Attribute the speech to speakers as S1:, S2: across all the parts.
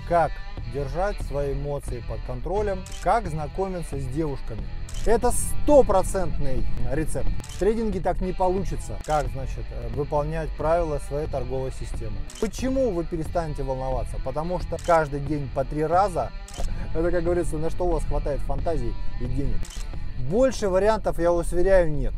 S1: как держать свои эмоции под контролем, как знакомиться с девушками. Это стопроцентный рецепт. В трейдинге так не получится. Как, значит, выполнять правила своей торговой системы. Почему вы перестанете волноваться? Потому что каждый день по 3 раза, это, как говорится, на что у вас хватает фантазии и денег. Больше вариантов, я вас уверяю, нет.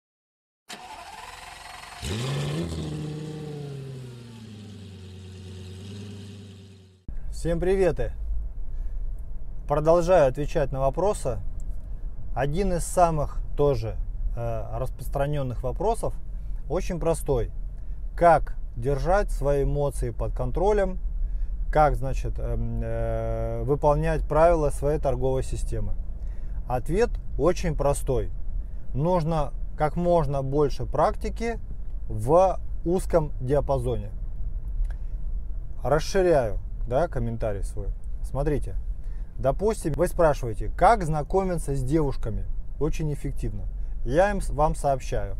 S1: Всем привет! Продолжаю отвечать на вопросы. Один из самых тоже распространенных вопросов очень простой. Как держать свои эмоции под контролем? Как, значит, выполнять правила своей торговой системы? Ответ очень простой. Нужно как можно больше практики в узком диапазоне. Расширяю, да, комментарий свой. Смотрите. Допустим, вы спрашиваете, как знакомиться с девушками очень эффективно. Я вам сообщаю.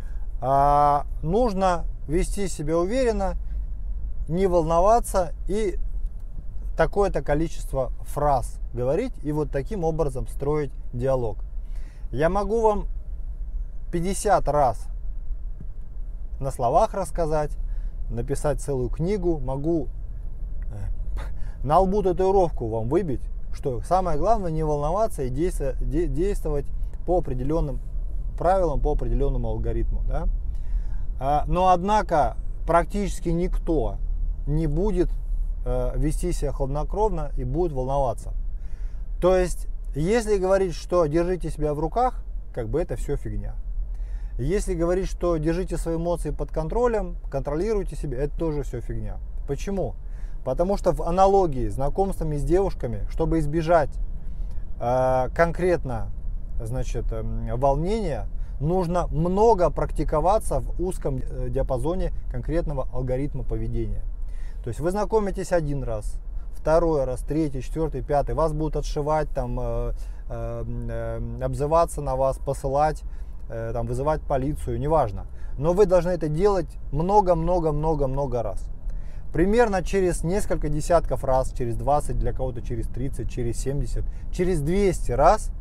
S1: Нужно вести себя уверенно, не волноваться и такое-то количество фраз говорить и вот таким образом строить диалог. Я могу вам 50 раз на словах рассказать, написать целую книгу, могу на лбу татуировку вам выбить, что самое главное не волноваться и действовать по определенным правилам, по определенному алгоритму. Да? Но однако практически никто не будет вести себя хладнокровно и будет волноваться. То есть, если говорить, что держите себя в руках, как бы это все фигня. Если говорить, что держите свои эмоции под контролем, контролируйте себя, это тоже все фигня. Почему? Потому что в аналогии с знакомствами с девушками, чтобы избежать конкретно, значит, волнения, нужно много практиковаться в узком диапазоне конкретного алгоритма поведения. То есть вы знакомитесь один раз, второй раз, третий, четвертый, пятый, вас будут отшивать, там, обзываться на вас, посылать, там, вызывать полицию, неважно. Но вы должны это делать много раз. Примерно через несколько десятков раз, через 20, для кого-то через 30, через 70, через 200 раз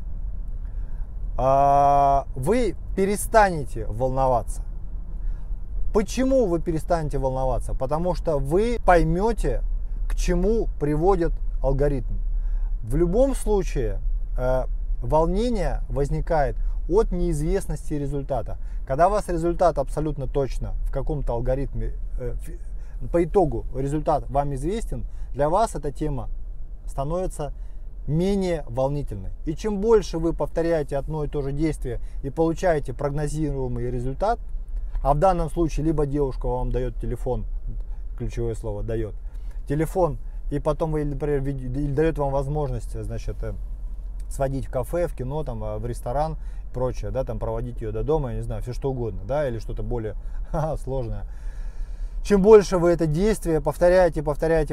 S1: вы перестанете волноваться. Почему вы перестанете волноваться? Потому что вы поймете, к чему приводит алгоритм. В любом случае волнение возникает от неизвестности результата. Когда у вас результат абсолютно точно в каком-то алгоритме, по итогу результат вам известен, для вас эта тема становится менее волнительной. И чем больше вы повторяете одно и то же действие и получаете прогнозируемый результат, а в данном случае либо девушка вам дает телефон, ключевое слово дает, телефон, и потом, например, дает вам возможность, значит, сводить в кафе, в кино, там, в ресторан, прочее, да, там, проводить ее до дома, я не знаю, все что угодно, да, или что-то более сложное. Чем больше вы это действие повторяете,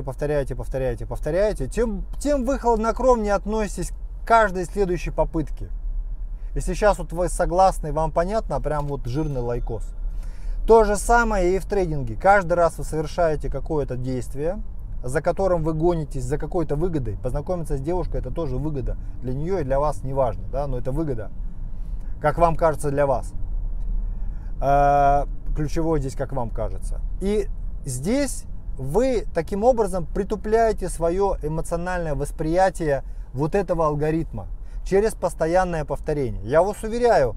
S1: тем вы хладнокровнее относитесь к каждой следующей попытке. Если сейчас вот вы согласны, вам понятно, прям вот жирный лайкос. То же самое и в трейдинге. Каждый раз вы совершаете какое-то действие, за которым вы гонитесь за какой-то выгодой. Познакомиться с девушкой — это тоже выгода. Для нее и для вас не важно, да, но это выгода, как вам кажется, для вас. Ключевое здесь, как вам кажется. И здесь вы таким образом притупляете свое эмоциональное восприятие вот этого алгоритма через постоянное повторение. Я вас уверяю,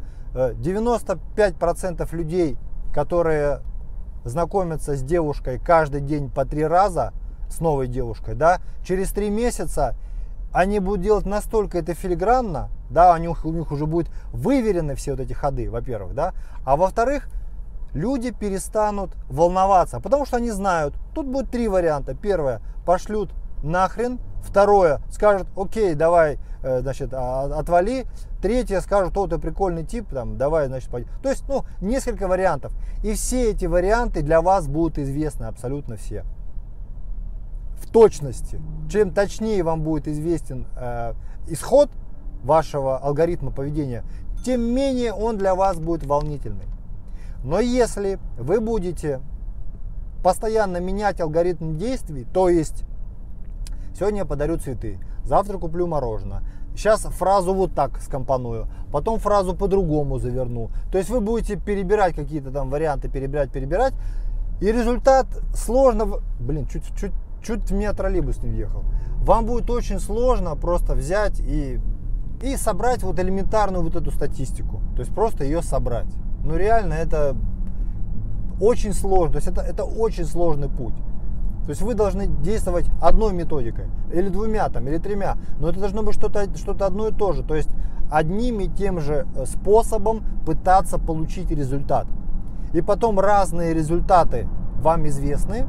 S1: 95% людей, которые знакомятся с девушкой каждый день по 3 раза, с новой девушкой, да, через 3 месяца они будут делать настолько это филигранно, да, у них уже будет выверены все вот эти ходы, во-первых, да, а во-вторых, люди перестанут волноваться, потому что они знают, тут будет 3 варианта. Первое, пошлют нахрен. Второе, скажут, окей, давай, значит, отвали. Третье, скажут, о, ты прикольный тип, там, давай, значит, пойдем. То есть, ну, несколько вариантов. И все эти варианты для вас будут известны абсолютно все. В точности. Чем точнее вам будет известен исход вашего алгоритма поведения, тем менее он для вас будет волнительный. Но если вы будете постоянно менять алгоритм действий, то есть Сегодня я подарю цветы, завтра куплю мороженое. Сейчас фразу вот так скомпоную, потом фразу по-другому заверну. То есть вы будете перебирать какие-то там варианты, перебирать. И результат сложно... Блин, чуть в меня троллейбус не въехал. Вам будет очень сложно просто взять и собрать вот элементарную вот эту статистику. То есть просто ее собрать. Ну реально это очень сложно. То есть это очень сложный путь. То есть вы должны действовать одной методикой, или двумя, там, или тремя, но это должно быть что-то одно и то же. То есть одним и тем же способом пытаться получить результат. И потом разные результаты вам известны.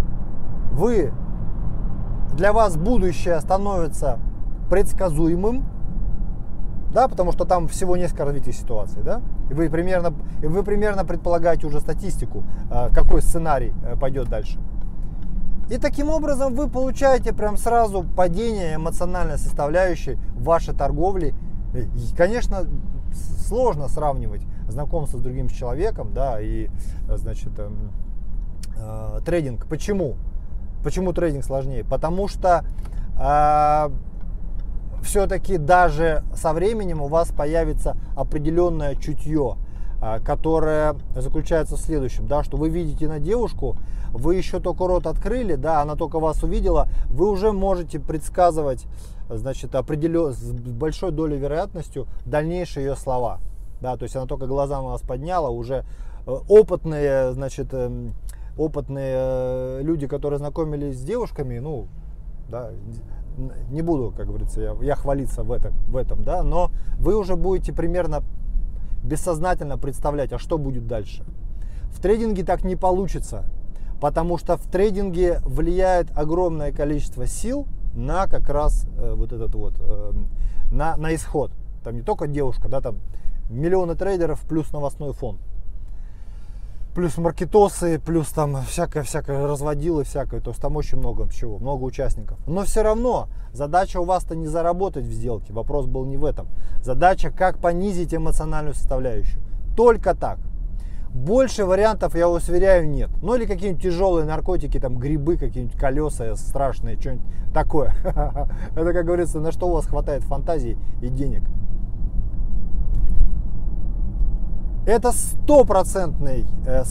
S1: Для вас будущее становится предсказуемым, да, потому что там всего несколько развитий ситуации, да, и вы примерно предполагаете уже статистику, какой сценарий пойдет дальше. И таким образом вы получаете прям сразу падение эмоциональной составляющей вашей торговли. И, конечно, сложно сравнивать знакомство с другим человеком, да, и, значит, трейдинг. Почему? Почему трейдинг сложнее? Потому что все-таки даже со временем у вас появится определенное чутье, которое заключается в следующем, да, что вы видите на девушку, вы еще только рот открыли, да, она только вас увидела, вы уже можете предсказывать, значит, с большой долей вероятностью дальнейшие ее слова, да, то есть она только глаза на вас подняла, уже опытные люди, которые знакомились с девушками, ну, да, не буду, как говорится, я хвалиться в этом, да, но вы уже будете примерно бессознательно представлять, а что будет дальше. В трейдинге так не получится, потому что в трейдинге влияет огромное количество сил на как раз на исход. Там не только девушка, да, там миллионы трейдеров плюс новостной фон, плюс маркетосы, плюс там всякое разводило, всякое, то есть там очень много чего, много участников. Но все равно задача у вас-то не заработать в сделке, вопрос был не в этом. Задача, как понизить эмоциональную составляющую. Только так. Больше вариантов, я вас уверяю, нет. Ну или какие-нибудь тяжелые наркотики, там грибы, какие-нибудь колеса страшные, что-нибудь такое. Это, как говорится, на что у вас хватает фантазии и денег. Это стопроцентный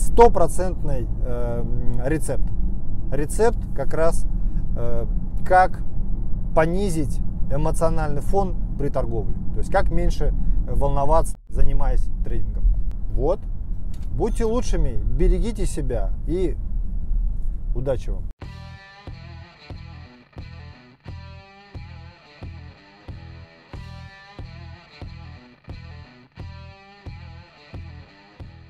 S1: рецепт. Рецепт как раз как понизить эмоциональный фон при торговле. То есть как меньше волноваться, занимаясь трейдингом. Вот. Будьте лучшими, берегите себя и удачи вам.